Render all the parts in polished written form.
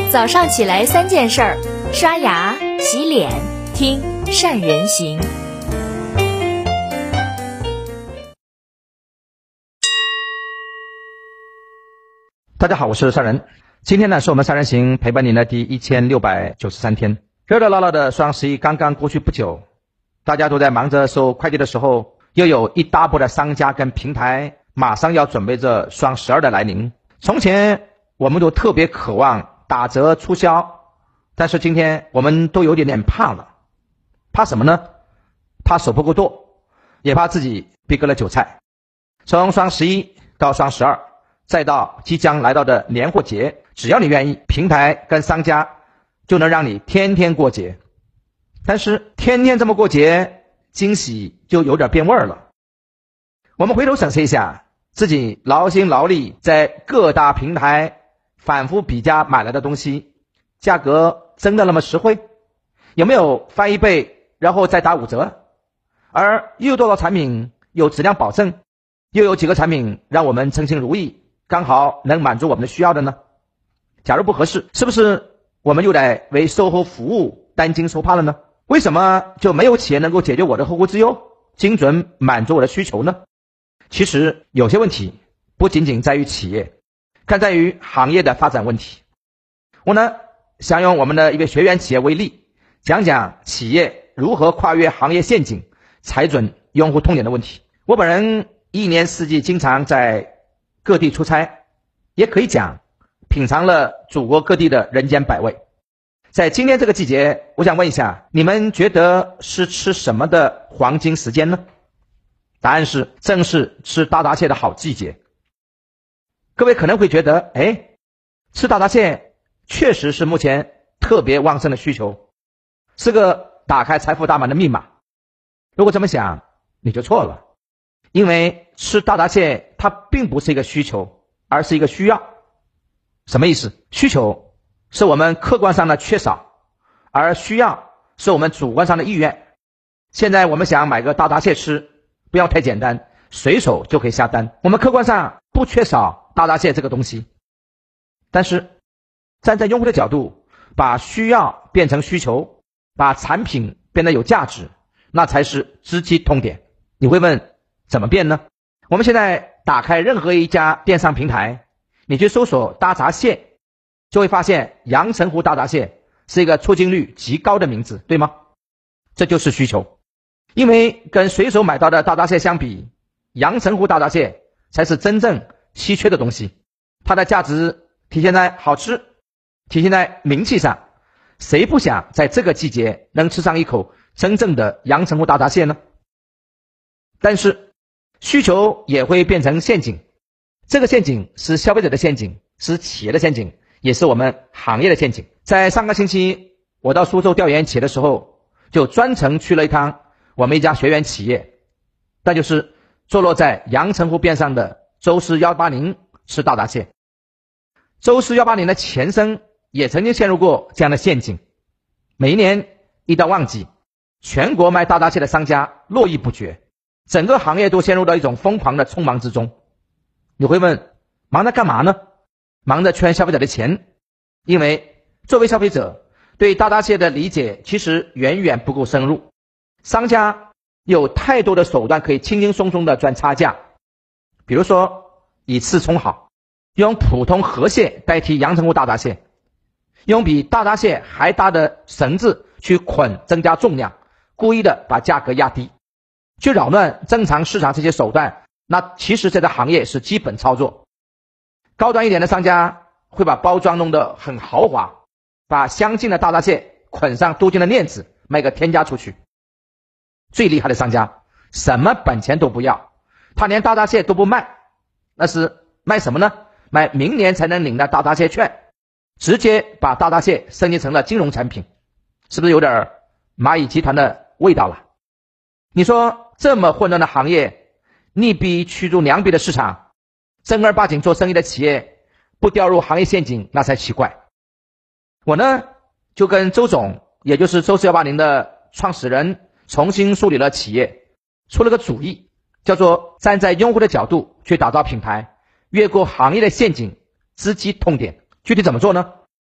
早上起来3件事儿：刷牙、洗脸、听善人行。 大家好，我是善人。今天呢，是我们善人行陪伴您的第1693天。热热闹闹的双11刚刚过去不久，大家都在忙着收快递的时候，又有一大波的商家跟平台马上要准备着双12的来临。从前我们都特别渴望打折促销，但是今天我们都有点怕了。怕什么呢？怕手不够多，也怕自己被割了韭菜。从双11到双12，再到即将来到的年货节，只要你愿意，平台跟商家就能让你天天过节。但是天天这么过节，惊喜就有点变味儿了。我们回头审视一下自己劳心劳力在各大平台反复比价买来的东西，价格真的那么实惠？有没有翻一倍然后再打5折？而又多少产品有质量保证？又有几个产品让我们称心如意，刚好能满足我们的需要的呢？假如不合适，是不是我们又得为售后服务担惊受怕了呢？为什么就没有企业能够解决我的后顾之忧，精准满足我的需求呢？其实有些问题不仅仅在于企业，更在于行业的发展问题。我呢，想用我们的一个学员企业为例，讲讲企业如何跨越行业陷阱，踩准用户痛点的问题。我本人一年四季经常在各地出差，也可以讲品尝了祖国各地的人间百味。在今天这个季节，我想问一下，你们觉得是吃什么的黄金时间呢？答案是，正是吃大闸蟹的好季节。各位可能会觉得，吃大闸蟹确实是目前特别旺盛的需求，是个打开财富大门的密码。如果这么想，你就错了。因为吃大闸蟹它并不是一个需求，而是一个需要。什么意思？需求是我们客观上的缺少，而需要是我们主观上的意愿。现在我们想买个大闸蟹吃，不要太简单，随手就可以下单。我们客观上不缺少大闸蟹这个东西，但是站在用户的角度，把需要变成需求，把产品变得有价值，那才是知其痛点。你会问，怎么变呢？我们现在打开任何一家电商平台，你去搜索大闸蟹，就会发现阳澄湖大闸蟹是一个出镜率极高的名字，对吗？这就是需求。因为跟随手买到的大闸蟹相比，阳澄湖大闸蟹才是真正稀缺的东西。它的价值体现在好吃，体现在名气上。谁不想在这个季节能吃上一口真正的阳澄湖大闸蟹呢？但是需求也会变成陷阱，这个陷阱是消费者的陷阱，是企业的陷阱，也是我们行业的陷阱。在上个星期我到苏州调研企业的时候，就专程去了一趟我们一家学员企业，那就是坐落在阳澄湖边上的周氏180吃大闸蟹。周氏180的前身也曾经陷入过这样的陷阱。每一年一到旺季，全国卖大闸蟹的商家络绎不绝，整个行业都陷入到一种疯狂的匆忙之中。你会问，忙着干嘛呢？忙着圈消费者的钱。因为作为消费者，对大闸蟹的理解其实远远不够深入，商家有太多的手段可以轻轻松松的赚差价。比如说以次充好，用普通河蟹代替阳澄湖大闸蟹，用比大闸蟹还大的绳子去捆增加重量，故意的把价格压低，去扰乱正常市场。这些手段那其实这个行业是基本操作。高端一点的商家会把包装弄得很豪华，把相近的大闸蟹捆上镀金的链子，卖个天价出去。最厉害的商家什么本钱都不要，他连大闸蟹都不卖，那是卖什么呢？卖明年才能领的大闸蟹券，直接把大闸蟹升级成了金融产品。是不是有点蚂蚁集团的味道了？你说这么混乱的行业，逆逼驱逐良币的市场，正儿八经做生意的企业不掉入行业陷阱那才奇怪。我呢就跟周总，也就是周氏180的创始人，重新梳理了企业，出了个主意，叫做站在用户的角度去打造品牌，越过行业的陷阱，知其痛点。具体怎么做呢？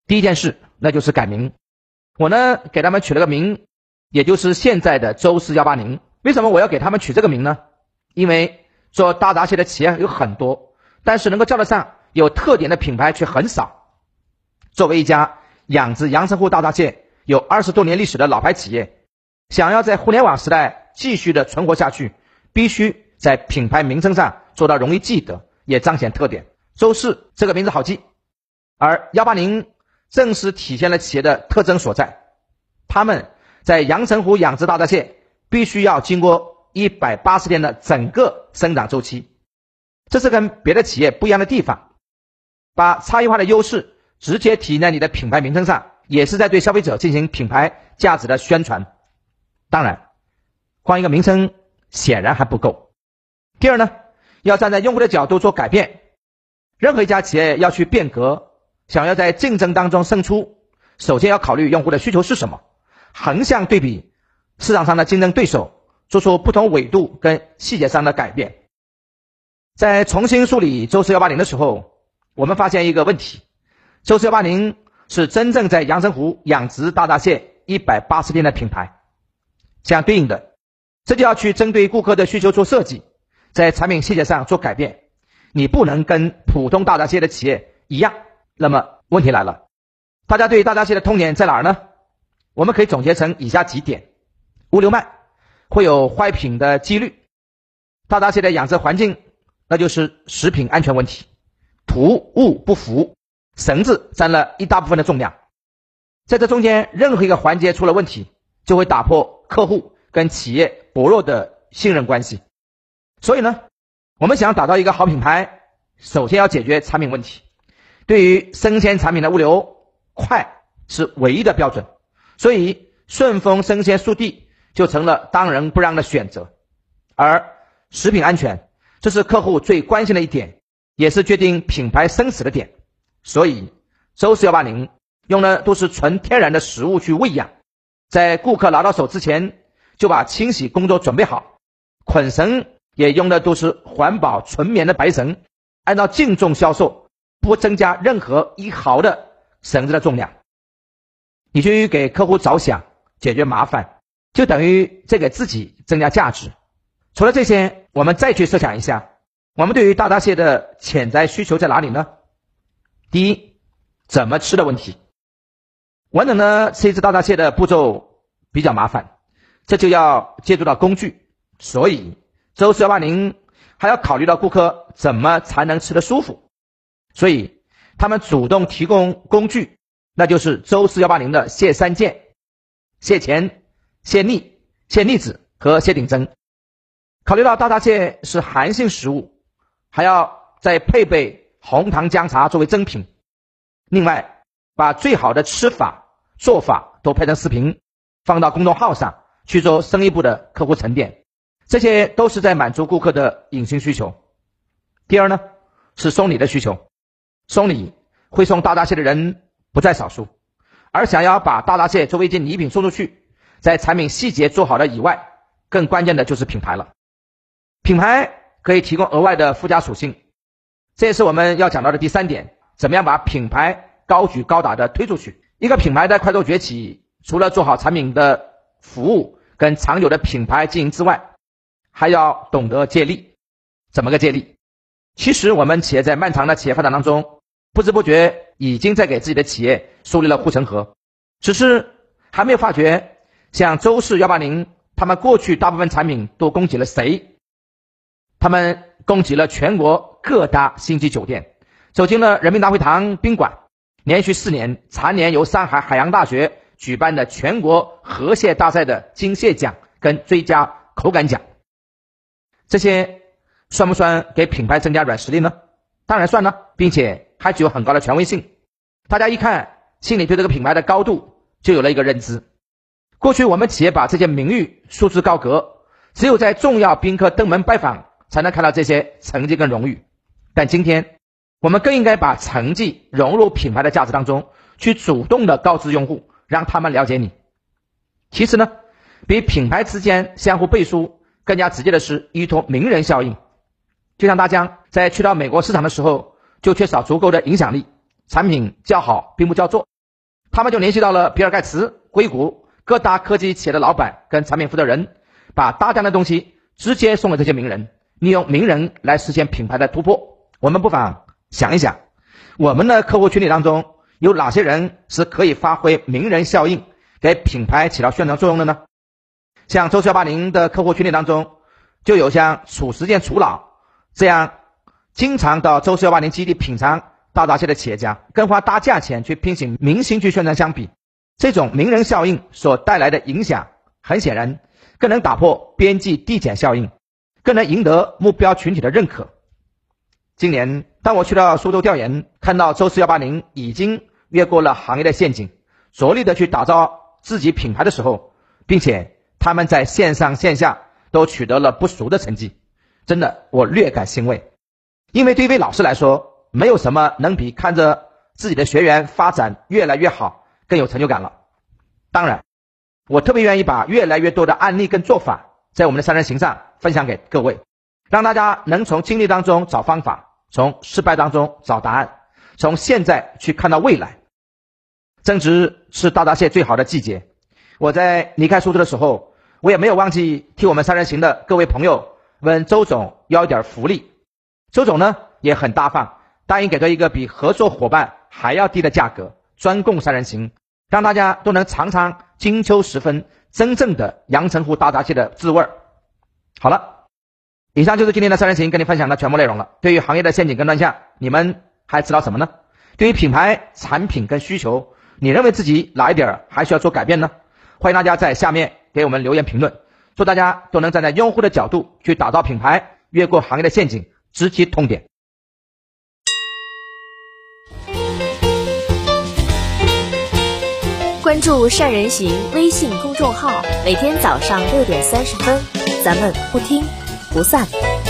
第一件事那就是改名。我呢给他们取了个名，也就是现在的周氏180。为什么我要给他们取这个名呢？因为做大闸蟹的企业有很多，但是能够叫得上有特点的品牌却很少。作为一家养殖阳澄湖大闸蟹有20多年历史的老牌企业，想要在互联网时代继续的存活下去，必须在品牌名称上做到容易记得，也彰显特点。周氏这个名字好记，而180正是体现了企业的特征所在。他们在阳澄湖养殖大闸蟹必须要经过180天的整个生长周期，这是跟别的企业不一样的地方。把差异化的优势直接体现在你的品牌名称上，也是在对消费者进行品牌价值的宣传。当然，光一个名称显然还不够。第二呢，要站在用户的角度做改变。任何一家企业要去变革，想要在竞争当中胜出，首先要考虑用户的需求是什么，横向对比市场上的竞争对手，做出不同纬度跟细节上的改变。在重新梳理周氏180的时候，我们发现一个问题，周氏180是真正在阳澄湖养殖大闸蟹180天的品牌。相对应的，这就要去针对顾客的需求做设计，在产品细节上做改变。你不能跟普通大闸蟹的企业一样。那么问题来了，大家对大闸蟹的痛点在哪儿呢？我们可以总结成以下几点。物流慢，会有坏品的几率。大闸蟹的养殖环境，那就是食品安全问题。图物不符，绳子占了一大部分的重量。在这中间任何一个环节出了问题，就会打破客户跟企业薄弱的信任关系。所以呢，我们想打造一个好品牌，首先要解决产品问题。对于生鲜产品的物流，快是唯一的标准，所以顺丰生鲜速递就成了当仁不让的选择。而食品安全，这是客户最关心的一点，也是决定品牌生死的点。所以周氏180用的都是纯天然的食物去喂养，在顾客拿到手之前就把清洗工作准备好，捆绳也用的都是环保纯棉的白绳，按照净重销售，不增加任何1毫的绳子的重量。你去给客户着想，解决麻烦，就等于在给自己增加价值。除了这些，我们再去设想一下，我们对于大闸蟹的潜在需求在哪里呢？第一，怎么吃的问题。完整的吃一只大闸蟹的步骤比较麻烦，这就要借助到工具，所以周氏180还要考虑到顾客怎么才能吃得舒服，所以他们主动提供工具，那就是周氏180的蟹3件：蟹钳、蟹腻、蟹腻子和蟹顶针。考虑到大闸蟹是寒性食物，还要再配备红糖姜茶作为增品。另外，把最好的吃法、做法都拍成视频，放到公众号上去做深一步的客户沉淀，这些都是在满足顾客的隐性需求。第二呢，是送礼的需求。送礼会送大闸蟹的人不在少数，而想要把大闸蟹作为一件礼品送出去，在产品细节做好了以外，更关键的就是品牌了。品牌可以提供额外的附加属性，这也是我们要讲到的第3点，怎么样把品牌高举高打的推出去。一个品牌的快速崛起，除了做好产品的服务跟长久的品牌经营之外，还要懂得借力。怎么个借力？其实我们企业在漫长的企业发展当中，不知不觉已经在给自己的企业树立了护城河，只是还没有发觉，像周氏180，他们过去大部分产品都供给了谁？他们供给了全国各大星级酒店，走进了人民大会堂宾馆，连续4年蝉联由上海海洋大学举办的全国河蟹大赛的金蟹奖跟最佳口感奖。这些算不算给品牌增加软实力呢？当然算了，并且还具有很高的权威性。大家一看，心里对这个品牌的高度就有了一个认知。过去我们企业把这些名誉束之高阁，只有在重要宾客登门拜访才能看到这些成绩跟荣誉。但今天我们更应该把成绩融入品牌的价值当中，去主动的告知用户，让他们了解你。其次呢，比品牌之间相互背书更加直接的是依托名人效应。就像大疆在去到美国市场的时候，就缺少足够的影响力，产品叫好并不叫座， 他们就联系到了比尔盖茨、硅谷各大科技企业的老板跟产品负责人，把大量的东西直接送给这些名人，利用名人来实现品牌的突破。我们不妨想一想，我们的客户群体当中有哪些人是可以发挥名人效应，给品牌起到宣传作用的呢？像周四180的客户群体当中，就有像褚时健褚老这样经常到周四180基地品尝大闸蟹的企业家，跟花大价钱去聘请明星去宣传相比，这种名人效应所带来的影响，很显然更能打破边际递减效应，更能赢得目标群体的认可。今年当我去到苏州调研，看到周四180已经越过了行业的陷阱，着力的去打造自己品牌的时候，并且他们在线上线下都取得了不俗的成绩，真的我略感欣慰。因为对一位老师来说，没有什么能比看着自己的学员发展越来越好更有成就感了。当然我特别愿意把越来越多的案例跟做法在我们的三人行上分享给各位，让大家能从经历当中找方法，从失败当中找答案，从现在去看到未来。正值吃大闸蟹最好的季节，我在离开苏州的时候，我也没有忘记替我们三人行的各位朋友问周总要一点福利。周总呢也很大方，答应给了一个比合作伙伴还要低的价格，专供三人行，让大家都能尝尝金秋时分真正的阳澄湖大闸蟹的滋味。好了，以上就是今天的三人行跟你分享的全部内容了。对于行业的陷阱跟乱象，你们还知道什么呢？对于品牌、产品跟需求，你认为自己哪一点还需要做改变呢？欢迎大家在下面给我们留言评论，祝大家都能站在用户的角度去打造品牌，越过行业的陷阱，直击痛点。 关注善人行微信公众号，每天早上6点30分，咱们不听不散。